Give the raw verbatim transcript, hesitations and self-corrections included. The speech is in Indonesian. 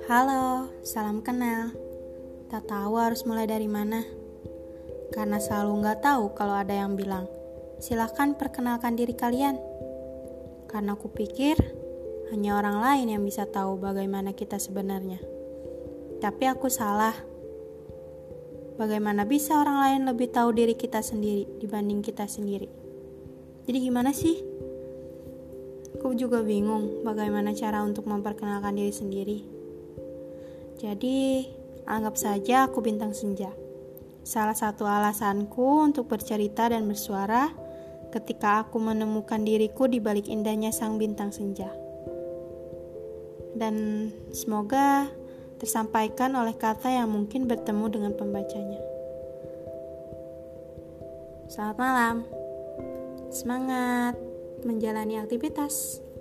Halo, salam kenal. Tak tahu harus mulai dari mana. Karena selalu nggak tahu kalau ada yang bilang, silahkan perkenalkan diri kalian. Karena aku pikir hanya orang lain yang bisa tahu bagaimana kita sebenarnya. Tapi aku salah. Bagaimana bisa orang lain lebih tahu diri kita sendiri dibanding kita sendiri? Jadi gimana sih? Aku juga bingung bagaimana cara untuk memperkenalkan diri sendiri. Jadi, anggap saja aku bintang senja. Salah satu alasanku untuk bercerita dan bersuara ketika aku menemukan diriku di balik indahnya sang bintang senja. Dan semoga tersampaikan oleh kata yang mungkin bertemu dengan pembacanya. Selamat malam. Semangat menjalani aktivitas.